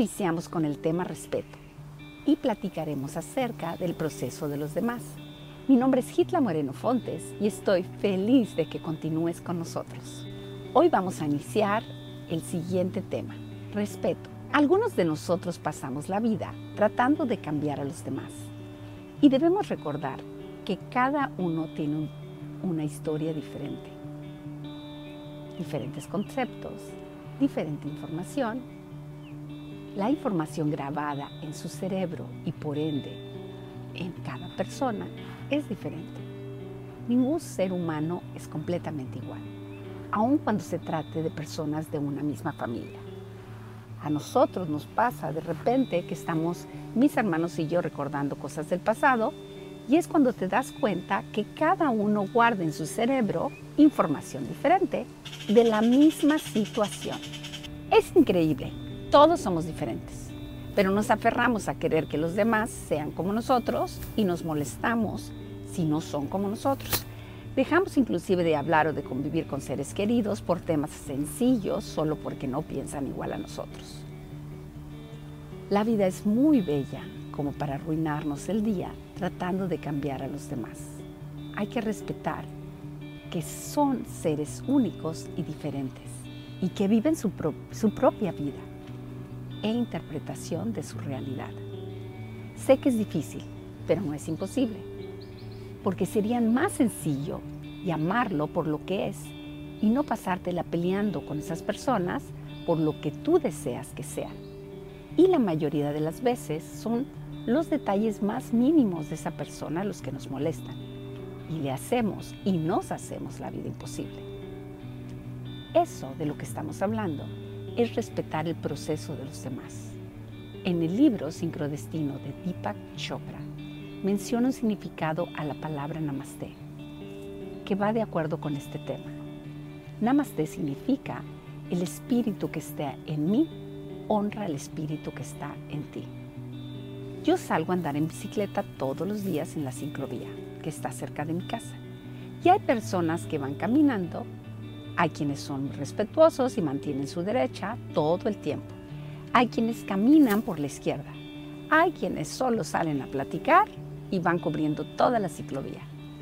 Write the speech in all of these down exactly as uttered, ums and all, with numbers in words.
iniciamos con el tema respeto y platicaremos acerca del proceso de los demás. Mi nombre es Hitla Moreno Fontes y estoy feliz de que continúes con nosotros. Hoy vamos a iniciar el siguiente tema, respeto. Algunos de nosotros pasamos la vida tratando de cambiar a los demás y debemos recordar que cada uno tiene un, una historia diferente, diferentes conceptos, diferente información. La información grabada en su cerebro y por ende en cada persona es diferente. Ningún ser humano es completamente igual, aun cuando se trate de personas de una misma familia. A nosotros nos pasa de repente que estamos, mis hermanos y yo, recordando cosas del pasado, y es cuando te das cuenta que cada uno guarda en su cerebro información diferente de la misma situación. Es increíble, todos somos diferentes, pero nos aferramos a querer que los demás sean como nosotros y nos molestamos si no son como nosotros. Dejamos inclusive de hablar o de convivir con seres queridos por temas sencillos solo porque no piensan igual a nosotros. La vida es muy bella como para arruinarnos el día tratando de cambiar a los demás. Hay que respetar que son seres únicos y diferentes y que viven su, pro- su propia vida e interpretación de su realidad. Sé que es difícil, pero no es imposible. Porque sería más sencillo llamarlo por lo que es y no pasártela peleando con esas personas por lo que tú deseas que sean. Y la mayoría de las veces son los detalles más mínimos de esa persona los que nos molestan y le hacemos y nos hacemos la vida imposible. Eso de lo que estamos hablando es respetar el proceso de los demás. En el libro Sincrodestino de Deepak Chopra menciona un significado a la palabra Namaste, que va de acuerdo con este tema. Namaste significa el espíritu que está en mí honra el espíritu que está en ti. Yo salgo a andar en bicicleta todos los días en la ciclovía, que está cerca de mi casa. Y hay personas que van caminando, hay quienes son respetuosos y mantienen su derecha todo el tiempo. Hay quienes caminan por la izquierda. Hay quienes solo salen a platicar y van cubriendo toda la ciclovía.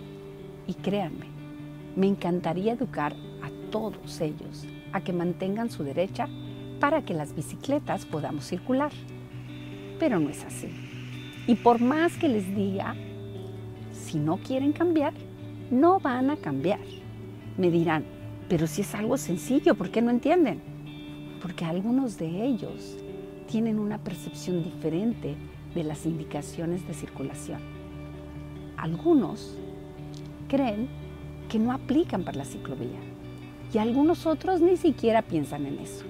Y créanme, me encantaría educar a todos ellos a que mantengan su derecha para que las bicicletas podamos circular. Pero no es así. Y por más que les diga, si no quieren cambiar, no van a cambiar. Me dirán, pero si es algo sencillo, ¿por qué no entienden? Porque algunos de ellos tienen una percepción diferente de las indicaciones de circulación. Algunos creen que no aplican para la ciclovía y algunos otros ni siquiera piensan en eso.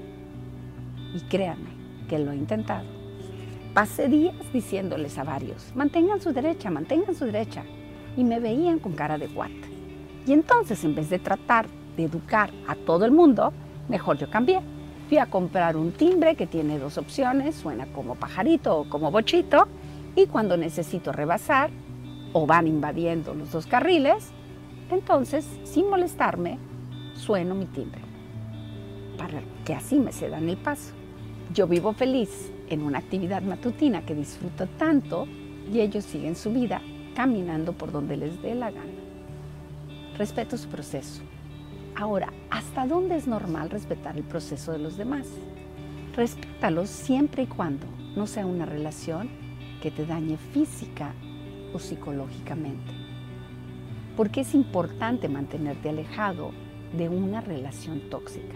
Y créanme que lo he intentado. Pasé días diciéndoles a varios, mantengan su derecha, mantengan su derecha, y me veían con cara de what. Y entonces, en vez de tratar de educar a todo el mundo, mejor yo cambié. Fui a comprar un timbre que tiene dos opciones, suena como pajarito o como bochito, y cuando necesito rebasar o van invadiendo los dos carriles, entonces, sin molestarme, sueno mi timbre, para que así me cedan el paso. Yo vivo feliz en una actividad matutina que disfruto tanto y ellos siguen su vida caminando por donde les dé la gana. Respeto su proceso. Ahora, ¿hasta dónde es normal respetar el proceso de los demás? Respétalos siempre y cuando no sea una relación que te dañe física o psicológicamente. Porque es importante mantenerte alejado de una relación tóxica.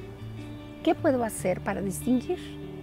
¿Qué puedo hacer para distinguir?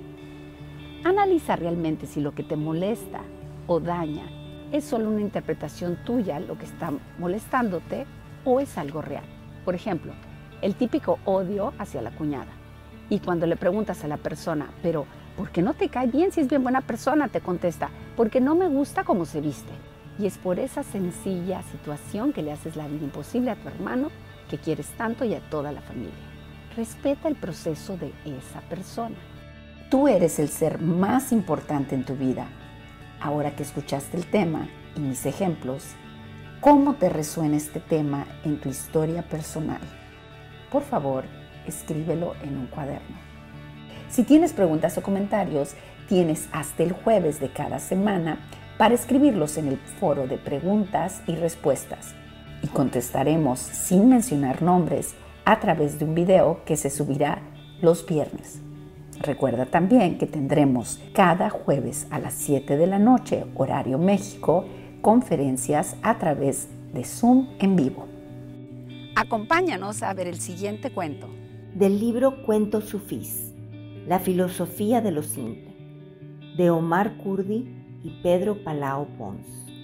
Analiza realmente si lo que te molesta o daña es solo una interpretación tuya, lo que está molestándote, o es algo real. Por ejemplo, el típico odio hacia la cuñada. Y cuando le preguntas a la persona, pero ¿por qué no te cae bien si es bien buena persona? Te contesta, porque no me gusta cómo se viste. Y es por esa sencilla situación que le haces la vida imposible a tu hermano que quieres tanto y a toda la familia. Respeta el proceso de esa persona. Tú eres el ser más importante en tu vida. Ahora que escuchaste el tema y mis ejemplos, ¿cómo te resuena este tema en tu historia personal? Por favor, escríbelo en un cuaderno. Si tienes preguntas o comentarios, tienes hasta el jueves de cada semana para escribirlos en el foro de preguntas y respuestas. Y contestaremos sin mencionar nombres a través de un video que se subirá los viernes. Recuerda también que tendremos cada jueves a las siete de la noche, horario México, conferencias a través de Zoom en vivo. Acompáñanos a ver el siguiente cuento. Del libro Cuentos Sufís, La filosofía de lo simple, de Omar Kurdi y Pedro Palao Pons.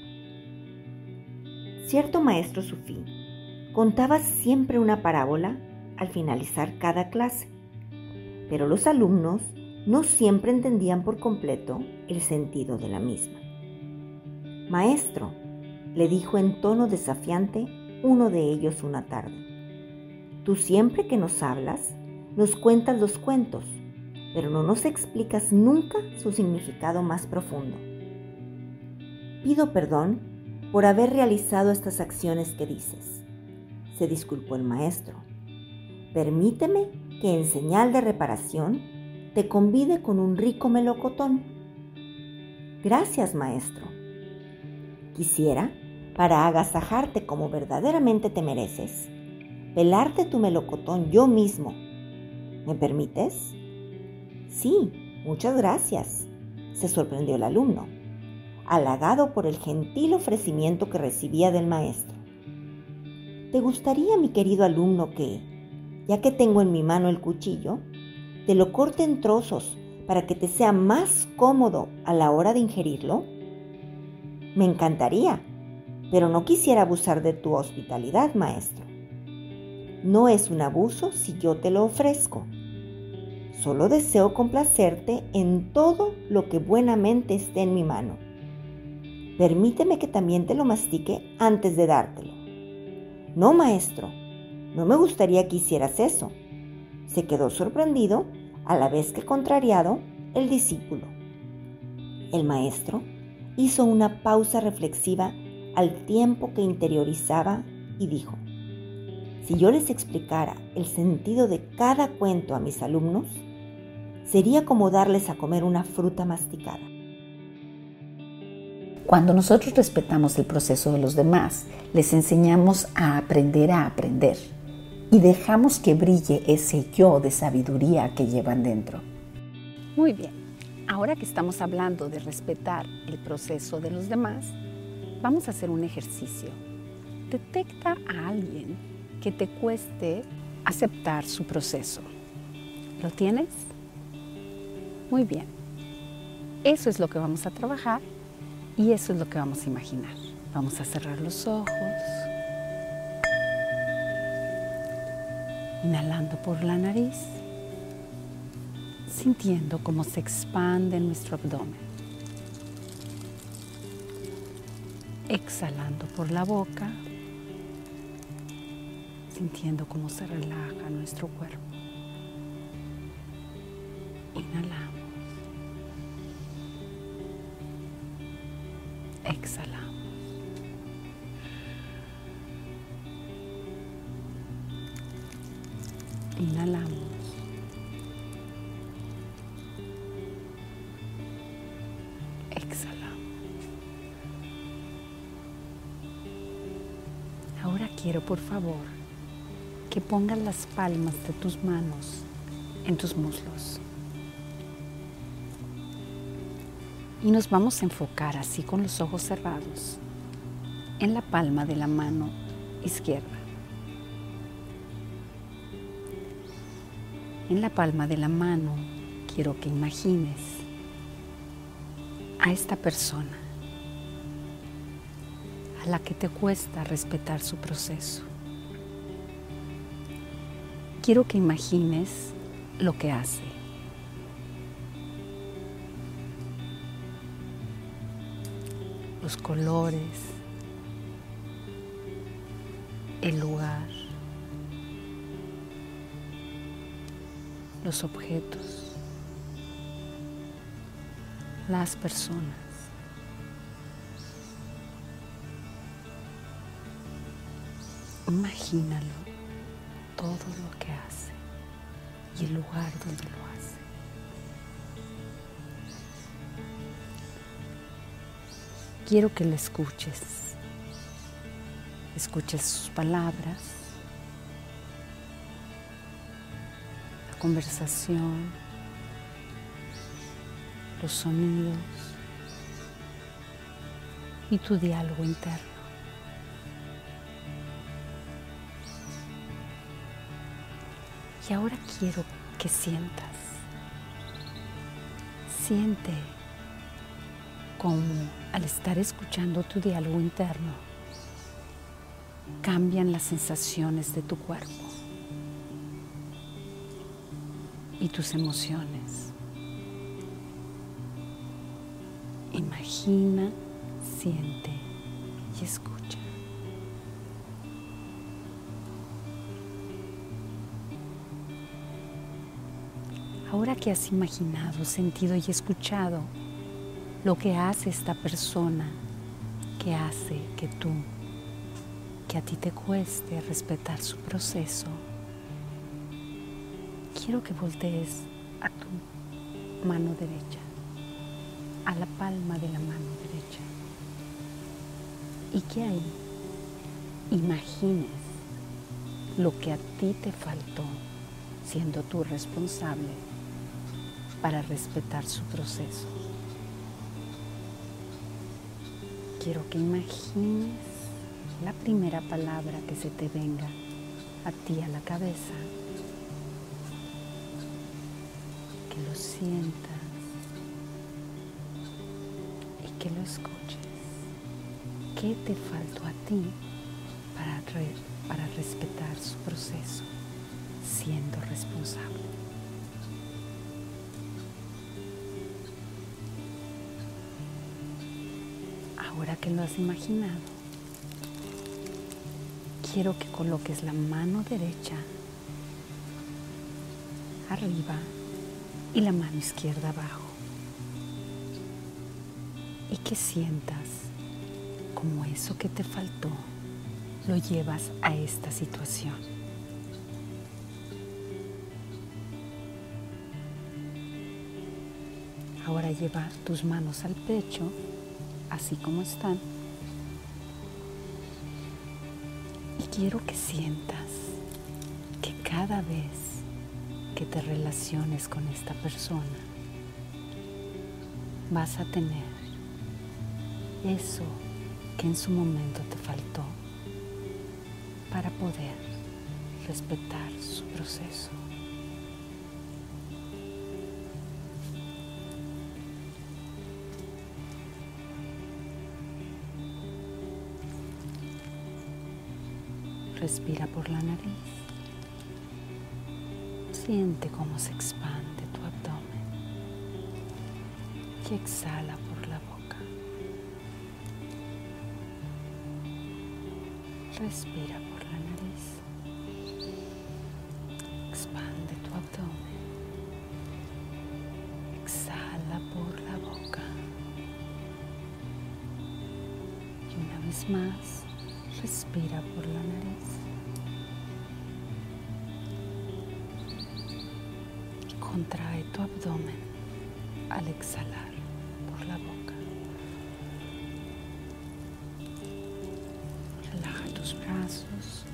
Cierto maestro sufí contaba siempre una parábola al finalizar cada clase, pero los alumnos no siempre entendían por completo el sentido de la misma. Maestro, le dijo en tono desafiante uno de ellos una tarde, tú siempre que nos hablas, nos cuentas los cuentos, pero no nos explicas nunca su significado más profundo. Pido perdón por haber realizado estas acciones que dices, se disculpó el maestro. Permíteme que en señal de reparación te convide con un rico melocotón. Gracias, maestro. Quisiera, para agasajarte como verdaderamente te mereces, pelarte tu melocotón yo mismo. ¿Me permites? Sí, muchas gracias, se sorprendió el alumno, halagado por el gentil ofrecimiento que recibía del maestro. ¿Te gustaría, mi querido alumno, que, ya que tengo en mi mano el cuchillo, te lo corte en trozos para que te sea más cómodo a la hora de ingerirlo? Me encantaría, pero no quisiera abusar de tu hospitalidad, maestro. No es un abuso si yo te lo ofrezco. Solo deseo complacerte en todo lo que buenamente esté en mi mano. Permíteme que también te lo mastique antes de dártelo. No, maestro, no me gustaría que hicieras eso. Se quedó sorprendido, a la vez que contrariado, el discípulo. El maestro hizo una pausa reflexiva al tiempo que interiorizaba y dijo, si yo les explicara el sentido de cada cuento a mis alumnos, sería como darles a comer una fruta masticada. Cuando nosotros respetamos el proceso de los demás, les enseñamos a aprender a aprender y dejamos que brille ese yo de sabiduría que llevan dentro. Muy bien, ahora que estamos hablando de respetar el proceso de los demás, vamos a hacer un ejercicio. Detecta a alguien que te cueste aceptar su proceso. ¿Lo tienes? Muy bien. Eso es lo que vamos a trabajar y eso es lo que vamos a imaginar. Vamos a cerrar los ojos. Inhalando por la nariz, sintiendo cómo se expande nuestro abdomen. Exhalando por la boca, sintiendo cómo se relaja nuestro cuerpo. Inhalamos. Exhalamos. Inhalamos. Exhalamos. Ahora quiero, por favor, que pongas las palmas de tus manos en tus muslos. Y nos vamos a enfocar así con los ojos cerrados en la palma de la mano izquierda. En la palma de la mano quiero que imagines a esta persona a la que te cuesta respetar su proceso. Quiero que imagines lo que hace. Los colores, el lugar, los objetos, las personas. Imagínalo, todo lo que hace y el lugar donde lo hace. quiero que la escuches. Escuches sus palabras, la conversación, los sonidos y tu diálogo interno. Y ahora quiero que sientas, siente cómo al estar escuchando tu diálogo interno cambian las sensaciones de tu cuerpo y tus emociones. Imagina, siente y escucha. Ahora que has imaginado, sentido y escuchado lo que hace esta persona, que hace que tú, que a ti te cueste respetar su proceso, quiero que voltees a tu mano derecha, a la palma de la mano derecha, y que ahí imagines lo que a ti te faltó, siendo tú responsable para respetar su proceso. Quiero que imagines la primera palabra que se te venga a ti a la cabeza, que lo sientas y que lo escuches. ¿Qué te faltó a ti para, re, para respetar su proceso, siendo responsable? Ahora que lo has imaginado, quiero que coloques la mano derecha arriba y la mano izquierda abajo, y que sientas como eso que te faltó lo llevas a esta situación. Ahora lleva tus manos al pecho, así como están, y quiero que sientas que cada vez que te relaciones con esta persona vas a tener eso que en su momento te faltó para poder respetar su proceso. Respira por la nariz. Siente cómo se expande tu abdomen y exhala por la boca. Respira por la nariz. Expande tu abdomen. Exhala por la boca. Y una vez más, respira por la nariz. Y contrae tu abdomen al exhalar por la boca. Relaja tus brazos.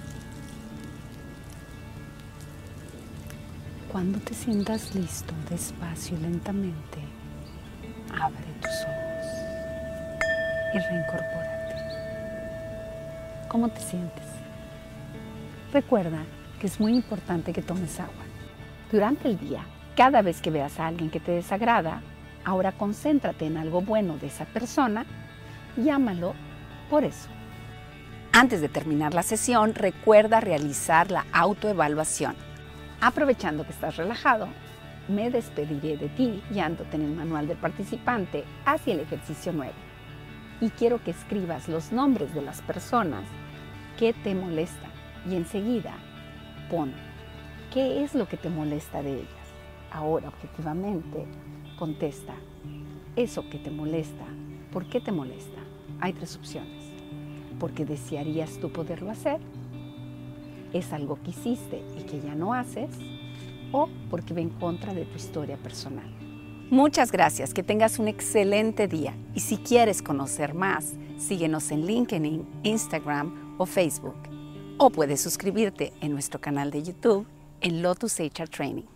Cuando te sientas listo, despacio y lentamente, abre tus ojos y reincorpórate. ¿Cómo te sientes? Recuerda que es muy importante que tomes agua. Durante el día, cada vez que veas a alguien que te desagrada, ahora concéntrate en algo bueno de esa persona y ámalo por eso. Antes de terminar la sesión, recuerda realizar la autoevaluación. Aprovechando que estás relajado, me despediré de ti guiándote en el manual del participante hacia el ejercicio nueve. Y quiero que escribas los nombres de las personas que te molestan y enseguida pon qué es lo que te molesta de ellas. Ahora, objetivamente, contesta eso que te molesta. ¿Por qué te molesta? Hay tres opciones. Porque desearías tú poderlo hacer, es algo que hiciste y que ya no haces, o porque va en contra de tu historia personal. Muchas gracias, que tengas un excelente día. Y si quieres conocer más, síguenos en LinkedIn, Instagram o Facebook. O puedes suscribirte en nuestro canal de YouTube en Lotus H R Training.